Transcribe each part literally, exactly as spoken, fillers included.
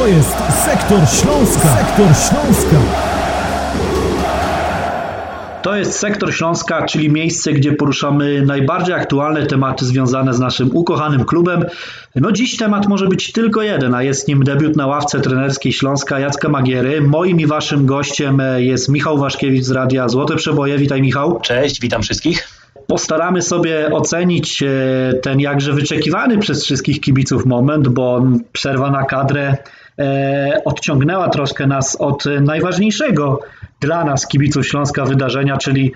To jest Sektor Śląska. Sektor Śląska. To jest Sektor Śląska, czyli miejsce, gdzie poruszamy najbardziej aktualne tematy związane z naszym ukochanym klubem. No dziś temat może być tylko jeden, a jest nim debiut na ławce trenerskiej Śląska Jacka Magiery. Moim i waszym gościem jest Michał Waszkiewicz z Radia Złote Przeboje. Witaj, Michał. Cześć, witam wszystkich. Postaramy sobie ocenić ten jakże wyczekiwany przez wszystkich kibiców moment, bo przerwa na kadrę e, odciągnęła troszkę nas od najważniejszego dla nas, kibiców Śląska, wydarzenia, czyli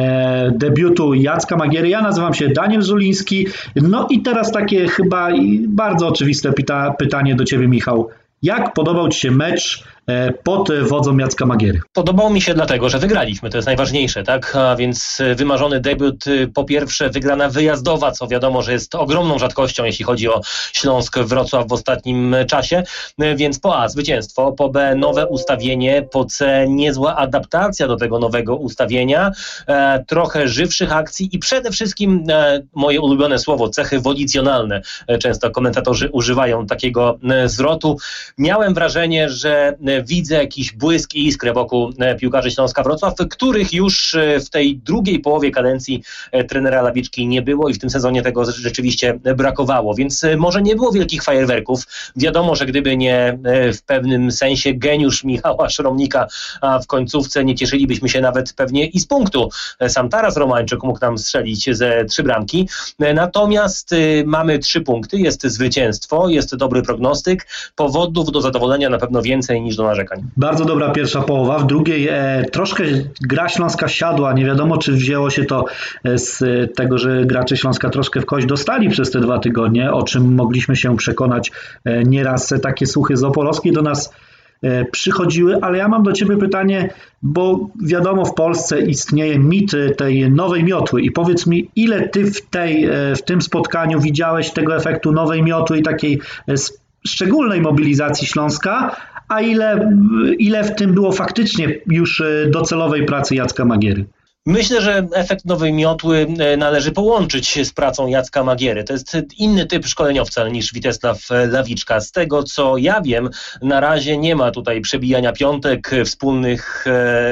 e, debiutu Jacka Magiery. Ja nazywam się Daniel Żuliński. No i teraz takie chyba bardzo oczywiste pyta, pytanie do ciebie, Michał. Jak podobał ci się mecz e, pod wodzą Jacka Magiery? Podobał mi się dlatego, że wygraliśmy, to jest najważniejsze, tak? A więc wymarzony debiut, po pierwsze wygrana wyjazdowa, co wiadomo, że jest ogromną rzadkością, jeśli chodzi o Śląsk Wrocław w ostatnim czasie, więc po A zwycięstwo, po B nowe ustawienie, po C niezła adaptacja do tego nowego ustawienia, e, trochę żywszych akcji i przede wszystkim e, moje ulubione słowo, cechy wolicjonalne. E, często komentatorzy używają takiego e, zwrotu. Miałem wrażenie, że widzę jakiś błysk i iskrę wokół piłkarzy Śląska Wrocław, których już w tej drugiej połowie kadencji trenera Lawiczki nie było i w tym sezonie tego rzeczywiście brakowało, więc może nie było wielkich fajerwerków. Wiadomo, że gdyby nie w pewnym sensie geniusz Michała Szromnika w końcówce, nie cieszylibyśmy się nawet pewnie i z punktu. Sam Taras Romańczyk mógł nam strzelić ze trzy bramki, natomiast mamy trzy punkty, jest zwycięstwo, jest dobry prognostyk, powodów do zadowolenia na pewno więcej niż do narzekań. Bardzo dobra pierwsza połowa. W drugiej e, troszkę gra Śląska siadła. Nie wiadomo, czy wzięło się to z tego, że gracze Śląska troszkę w kość dostali przez te dwa tygodnie, o czym mogliśmy się przekonać. E, nieraz takie słuchy z Opolowskiej do nas e, przychodziły, ale ja mam do ciebie pytanie, bo wiadomo, w Polsce istnieje mit tej nowej miotły i powiedz mi, ile ty w, tej, e, w tym spotkaniu widziałeś tego efektu nowej miotły i takiej e, szczególnej mobilizacji Śląska, a ile, ile w tym było faktycznie już docelowej pracy Jacka Magiery? Myślę, że efekt nowej miotły należy połączyć z pracą Jacka Magiery. To jest inny typ szkoleniowca niż Witesław Lawiczka. Z tego, co ja wiem, na razie nie ma tutaj przebijania piątek, wspólnych,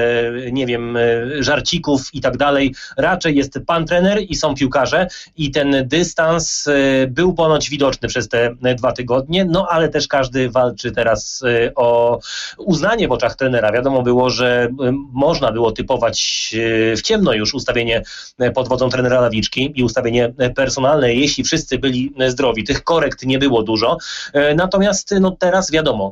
nie wiem, żarcików i tak dalej. Raczej jest pan trener i są piłkarze i ten dystans był ponoć widoczny przez te dwa tygodnie, no ale też każdy walczy teraz o uznanie w oczach trenera. Wiadomo było, że można było typować w ciemno już ustawienie pod wodzą trenera Lawiczki i ustawienie personalne, jeśli wszyscy byli zdrowi. Tych korekt nie było dużo. Natomiast no teraz wiadomo,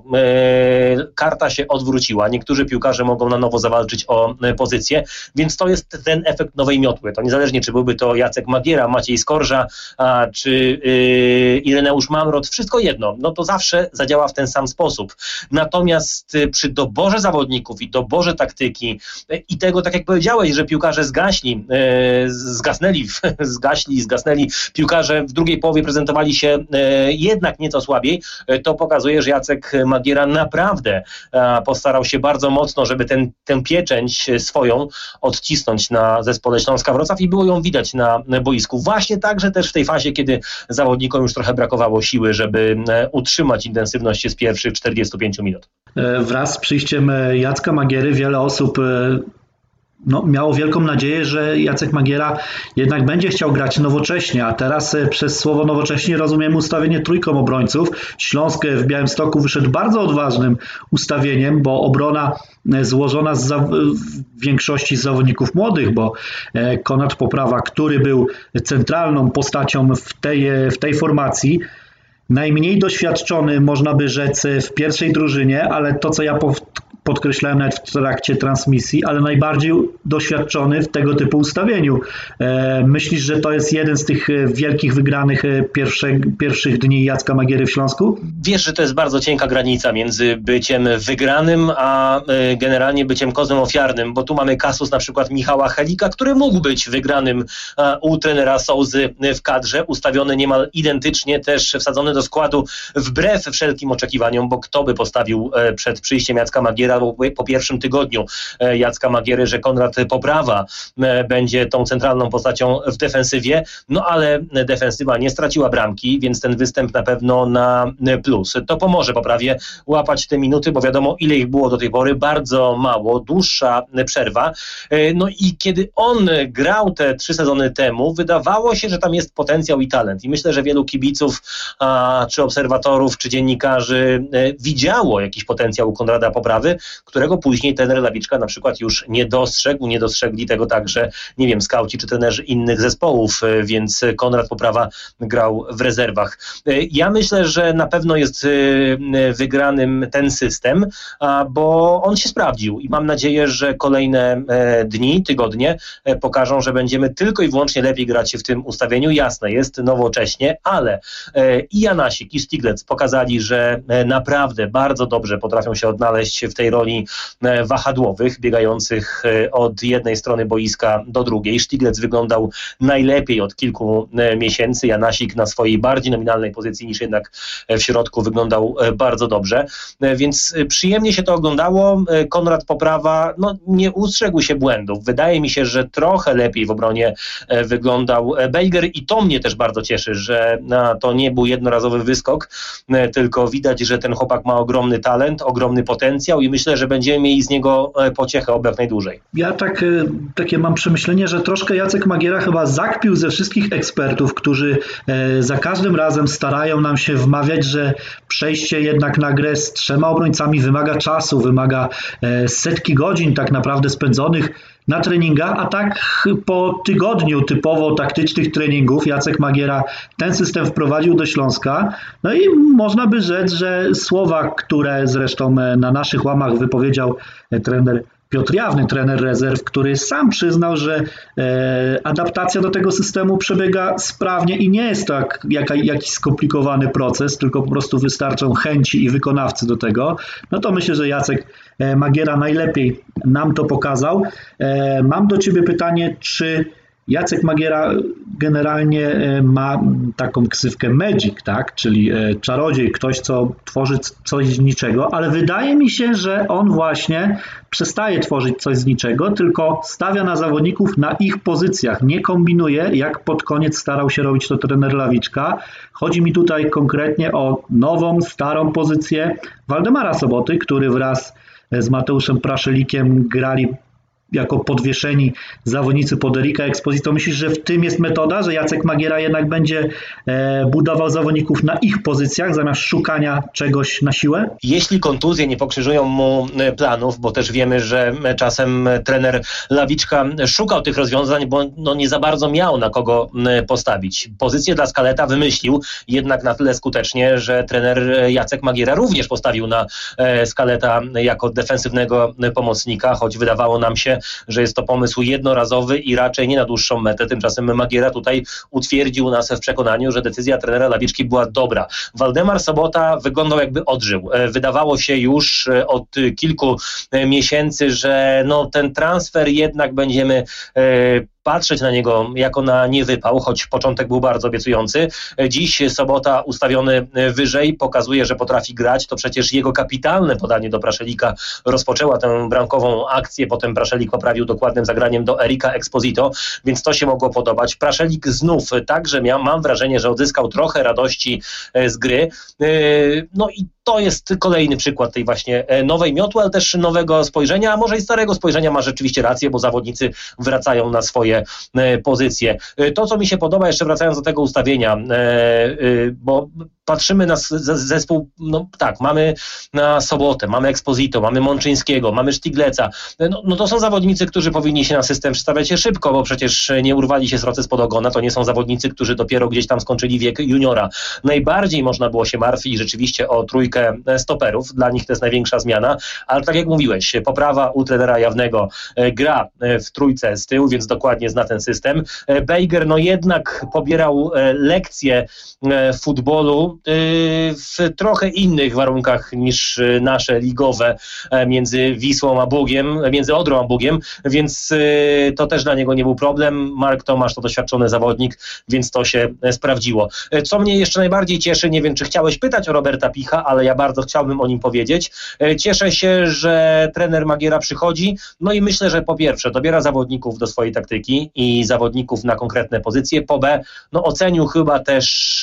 karta się odwróciła. Niektórzy piłkarze mogą na nowo zawalczyć o pozycję, więc to jest ten efekt nowej miotły. To niezależnie, czy byłby to Jacek Magiera, Maciej Skorża, a, czy yy, Ireneusz Mamrot, wszystko jedno. No to zawsze zadziała w ten sam sposób. Natomiast przy doborze zawodników i doborze taktyki i tego, tak jak powiedziałeś, że piłkarze zgaśli, e, zgasnęli, zgaśli, zgasnęli, piłkarze w drugiej połowie prezentowali się e, jednak nieco słabiej, e, to pokazuje, że Jacek Magiera naprawdę e, postarał się bardzo mocno, żeby ten, tę pieczęć swoją odcisnąć na zespole Śląska Wrocław i było ją widać na boisku. Właśnie także też w tej fazie, kiedy zawodnikom już trochę brakowało siły, żeby e, utrzymać intensywność z pierwszych czterdziestu pięciu minut. Wraz z przyjściem Jacka Magiery wiele osób No, miało wielką nadzieję, że Jacek Magiera jednak będzie chciał grać nowocześnie, a teraz przez słowo nowocześnie rozumiem ustawienie trójką obrońców. Śląsk w Białymstoku wyszedł bardzo odważnym ustawieniem, bo obrona złożona z za- w większości z zawodników młodych, bo Konrad Poprawa, który był centralną postacią w tej, w tej formacji, najmniej doświadczony, można by rzec, w pierwszej drużynie, ale to, co ja powtarzam, podkreślałem nawet w trakcie transmisji, ale najbardziej doświadczony w tego typu ustawieniu. Myślisz, że to jest jeden z tych wielkich wygranych pierwsze, pierwszych dni Jacka Magiery w Śląsku? Wiesz, że to jest bardzo cienka granica między byciem wygranym, a generalnie byciem kozłem ofiarnym, bo tu mamy kasus na przykład Michała Helika, który mógł być wygranym u trenera Sołzy w kadrze, ustawiony niemal identycznie, też wsadzony do składu wbrew wszelkim oczekiwaniom, bo kto by postawił przed przyjściem Jacka Magiera albo po pierwszym tygodniu Jacka Magiery, że Konrad Poprawa będzie tą centralną postacią w defensywie, no ale defensywa nie straciła bramki, więc ten występ na pewno na plus. To pomoże Poprawie łapać te minuty, bo wiadomo, ile ich było do tej pory, bardzo mało, dłuższa przerwa. No i kiedy on grał te trzy sezony temu, wydawało się, że tam jest potencjał i talent. I myślę, że wielu kibiców, a, czy obserwatorów, czy dziennikarzy e, widziało jakiś potencjał u Konrada Poprawy, którego później trener Lawiczka na przykład już nie dostrzegł. Nie dostrzegli tego także, nie wiem, skauci czy trenerzy innych zespołów, e, więc Konrad Poprawa grał w rezerwach. E, ja myślę, że na pewno jest e, wygranym ten system, a, bo on się sprawdził i mam nadzieję, że kolejne e, dni, tygodnie e, pokażą, że będziemy tylko i wyłącznie lepiej grać w tym ustawieniu. Jasne, jest nowocześnie, ale e, i Janasik, i Stiglec pokazali, że e, naprawdę bardzo dobrze potrafią się odnaleźć w tej roli e, wahadłowych, biegających e, od jednej strony boiska do drugiej. Stiglec wyglądał najlepiej od kilku e, miesięcy, Janasik na swojej bardziej nominalnej pozycji niż jednak w środku wyglądał e, bardzo dobrze, e, więc e, przyjemnie się to oglądało. E, Konrad Poprawa no, nie ustrzegł się błędów. Wydaje mi się, że trochę lepiej w obronie e, wyglądał Bejger i to mnie też bardzo cieszy, że no, to nie był jednorazowy wyskok, e, tylko widać, że ten chłopak ma ogromny talent, ogromny potencjał i myślę, że będziemy mieli z niego e, pociechę oby jak najdłużej. Ja tak, e, takie mam przemyślenie, że troszkę Jacek Magiera chyba zakpił ze wszystkich ekspertów, którzy e, za każdym razem starają nam się wmawiać, że przejście jednak na grę z trzema obrońcami wymaga czasu, wymaga e, setki godzin tak naprawdę spędzonych na treningach, a tak po tygodniu typowo taktycznych treningów Jacek Magiera ten system wprowadził do Śląska. No i można by rzec, że słowa, które zresztą na naszych łamach wypowiedział trener Piotr Jawny, trener rezerw, który sam przyznał, że e, adaptacja do tego systemu przebiega sprawnie i nie jest to jak, jaka, jakiś skomplikowany proces, tylko po prostu wystarczą chęci i wykonawcy do tego, no to myślę, że Jacek e, Magiera najlepiej nam to pokazał. E, mam do Ciebie pytanie, czy Jacek Magiera generalnie ma taką ksywkę Magic, tak? Czyli czarodziej, ktoś, co tworzy coś z niczego, ale wydaje mi się, że on właśnie przestaje tworzyć coś z niczego, tylko stawia na zawodników na ich pozycjach, nie kombinuje, jak pod koniec starał się robić to trener Lawiczka. Chodzi mi tutaj konkretnie o nową, starą pozycję Waldemara Soboty, który wraz z Mateuszem Praszelikiem grali jako podwieszeni zawodnicy pod Erika Exposito. Myślisz, że w tym jest metoda, że Jacek Magiera jednak będzie e, budował zawodników na ich pozycjach zamiast szukania czegoś na siłę? Jeśli kontuzje nie pokrzyżują mu planów, bo też wiemy, że czasem trener Lawiczka szukał tych rozwiązań, bo no nie za bardzo miał na kogo postawić. Pozycję dla Skaleta wymyślił jednak na tyle skutecznie, że trener Jacek Magiera również postawił na Skaleta jako defensywnego pomocnika, choć wydawało nam się, że jest to pomysł jednorazowy i raczej nie na dłuższą metę. Tymczasem Magiera tutaj utwierdził nas w przekonaniu, że decyzja trenera Lawiczki była dobra. Waldemar Sobota wyglądał jakby odżył. Wydawało się już od kilku miesięcy, że no, ten transfer jednak będziemy e, patrzeć na niego jako na niewypał, choć początek był bardzo obiecujący. Dziś Sobota ustawiony wyżej pokazuje, że potrafi grać. To przecież jego kapitalne podanie do Praszelika rozpoczęła tę bramkową akcję, potem Praszelik poprawił dokładnym zagraniem do Erika Exposito, więc to się mogło podobać. Praszelik znów także miał, mam wrażenie, że odzyskał trochę radości z gry. No i to jest kolejny przykład tej właśnie nowej miotły, ale też nowego spojrzenia, a może i starego spojrzenia. Ma rzeczywiście rację, bo zawodnicy wracają na swoje pozycje. To, co mi się podoba, jeszcze wracając do tego ustawienia, bo patrzymy na zespół, no tak, mamy na Sobotę, mamy Exposito, mamy Mączyńskiego, mamy Stigleca. No, no to są zawodnicy, którzy powinni się na system przestawiać się szybko, bo przecież nie urwali się srocy spod ogona. To nie są zawodnicy, którzy dopiero gdzieś tam skończyli wiek juniora. Najbardziej można było się martwić rzeczywiście o trójkę stoperów. Dla nich to jest największa zmiana, ale tak jak mówiłeś, Poprawa u trenera Jawnego gra w trójce z tyłu, więc dokładnie zna ten system. Bejger no jednak pobierał lekcje futbolu w trochę innych warunkach niż nasze ligowe między Wisłą a Bugiem, między Odrą a Bugiem, więc to też dla niego nie był problem. Marek Tomasz to doświadczony zawodnik, więc to się sprawdziło. Co mnie jeszcze najbardziej cieszy, nie wiem, czy chciałeś pytać o Roberta Picha, ale ja bardzo chciałbym o nim powiedzieć. Cieszę się, że trener Magiera przychodzi, no i myślę, że po pierwsze dobiera zawodników do swojej taktyki i zawodników na konkretne pozycje, po B, no ocenił chyba też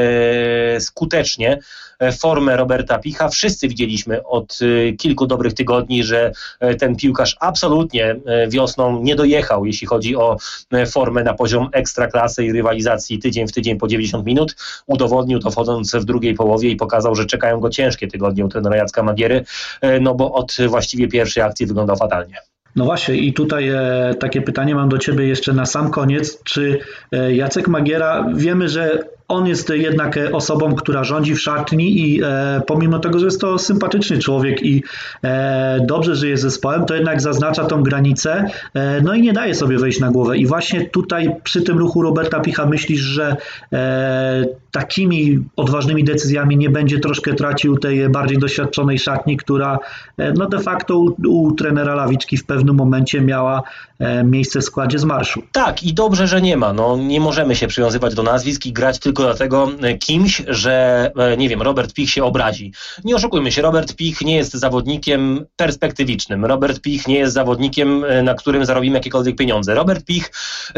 e, skutecznie formę Roberta Picha. Wszyscy widzieliśmy od kilku dobrych tygodni, że ten piłkarz absolutnie wiosną nie dojechał, jeśli chodzi o formę na poziom ekstraklasy i rywalizacji tydzień w tydzień po dziewięćdziesiąt minut. Udowodnił to wchodząc w drugiej połowie i pokazał, że czekają go ciężkie tygodnie u trenera Jacka Magiery, no bo od właściwie pierwszej akcji wyglądał fatalnie. No właśnie i tutaj e, takie pytanie mam do Ciebie jeszcze na sam koniec. Czy e, Jacek Magiera, wiemy, że on jest jednak osobą, która rządzi w szatni i e, pomimo tego, że jest to sympatyczny człowiek i e, dobrze żyje z zespołem, to jednak zaznacza tą granicę, e, no i nie daje sobie wejść na głowę. I właśnie tutaj przy tym ruchu Roberta Picha myślisz, że e, takimi odważnymi decyzjami nie będzie troszkę tracił tej bardziej doświadczonej szatni, która e, no de facto u, u trenera Lawiczki w pewnym momencie miała e, miejsce w składzie z marszu. Tak i dobrze, że nie ma. No, nie możemy się przywiązywać do nazwisk i grać tylko dlatego kimś, że nie wiem, Robert Pich się obrazi. Nie oszukujmy się, Robert Pich nie jest zawodnikiem perspektywicznym. Robert Pich nie jest zawodnikiem, na którym zarobimy jakiekolwiek pieniądze. Robert Pich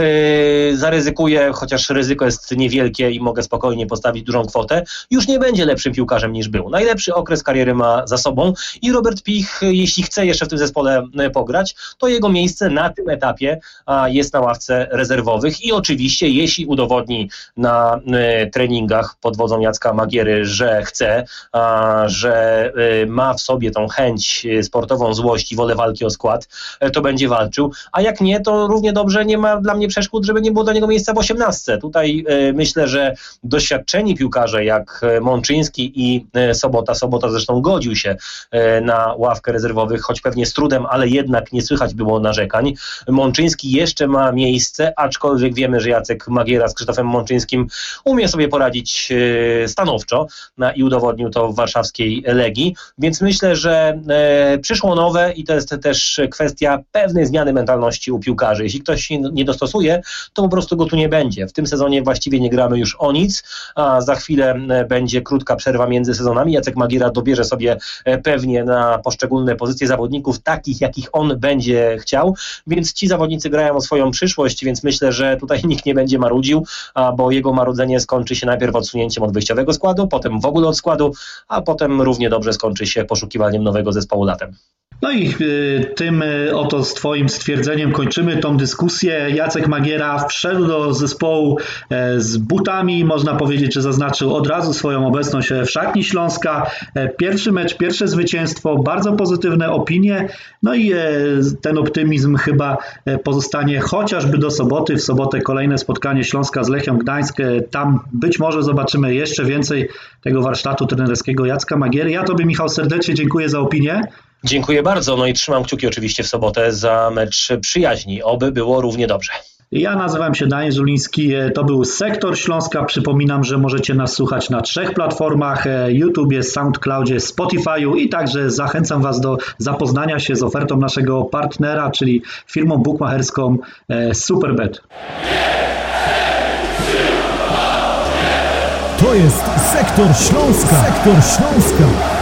yy, zaryzykuje, chociaż ryzyko jest niewielkie i mogę spokojnie postawić dużą kwotę, już nie będzie lepszym piłkarzem niż był. Najlepszy okres kariery ma za sobą i Robert Pich, jeśli chce jeszcze w tym zespole pograć, to jego miejsce na tym etapie a, jest na ławce rezerwowych i oczywiście jeśli udowodni na treningach pod wodzą Jacka Magiery, że chce, a, że y, ma w sobie tą chęć, sportową złość i wolę walki o skład, y, to będzie walczył, a jak nie, to równie dobrze nie ma dla mnie przeszkód, żeby nie było dla niego miejsca w osiemnastce. Tutaj y, myślę, że doświadczeni piłkarze jak Mączyński i y, Sobota, Sobota zresztą godził się y, na ławkę rezerwowych, choć pewnie z trudem, ale jednak nie słychać było narzekań. Mączyński jeszcze ma miejsce, aczkolwiek wiemy, że Jacek Magiera z Krzysztofem Mączyńskim umie sobie poradzić stanowczo no, i udowodnił to w warszawskiej Legii, więc myślę, że e, przyszło nowe i to jest też kwestia pewnej zmiany mentalności u piłkarzy. Jeśli ktoś się nie dostosuje, to po prostu go tu nie będzie. W tym sezonie właściwie nie gramy już o nic, a za chwilę będzie krótka przerwa między sezonami. Jacek Magiera dobierze sobie pewnie na poszczególne pozycje zawodników takich, jakich on będzie chciał, więc ci zawodnicy grają o swoją przyszłość, więc myślę, że tutaj nikt nie będzie marudził, a bo jego marudzenie skończy się najpierw odsunięciem od wyjściowego składu, potem w ogóle od składu, a potem równie dobrze skończy się poszukiwaniem nowego zespołu latem. No i y, tym y, oto z Twoim stwierdzeniem kończymy tą dyskusję. Jacek Magiera wszedł do zespołu e, z butami, można powiedzieć, że zaznaczył od razu swoją obecność w szatni Śląska. E, pierwszy mecz, pierwsze zwycięstwo, bardzo pozytywne opinie, no i e, ten optymizm chyba e, pozostanie chociażby do soboty. W sobotę kolejne spotkanie Śląska z Lechią Gdańsk. E, tam być może zobaczymy jeszcze więcej tego warsztatu trenerskiego Jacka Magiery. Ja Tobie, Michał, serdecznie dziękuję za opinię. Dziękuję bardzo, no i trzymam kciuki oczywiście w sobotę za mecz przyjaźni, oby było równie dobrze. Ja nazywam się Daniel Żuliński, to był Sektor Śląska. Przypominam, że możecie nas słuchać na trzech platformach, YouTube, SoundCloudzie, Spotify'u i także zachęcam Was do zapoznania się z ofertą naszego partnera, czyli firmą bukmacherską Superbet. To jest Sektor Śląska. Sektor Śląska.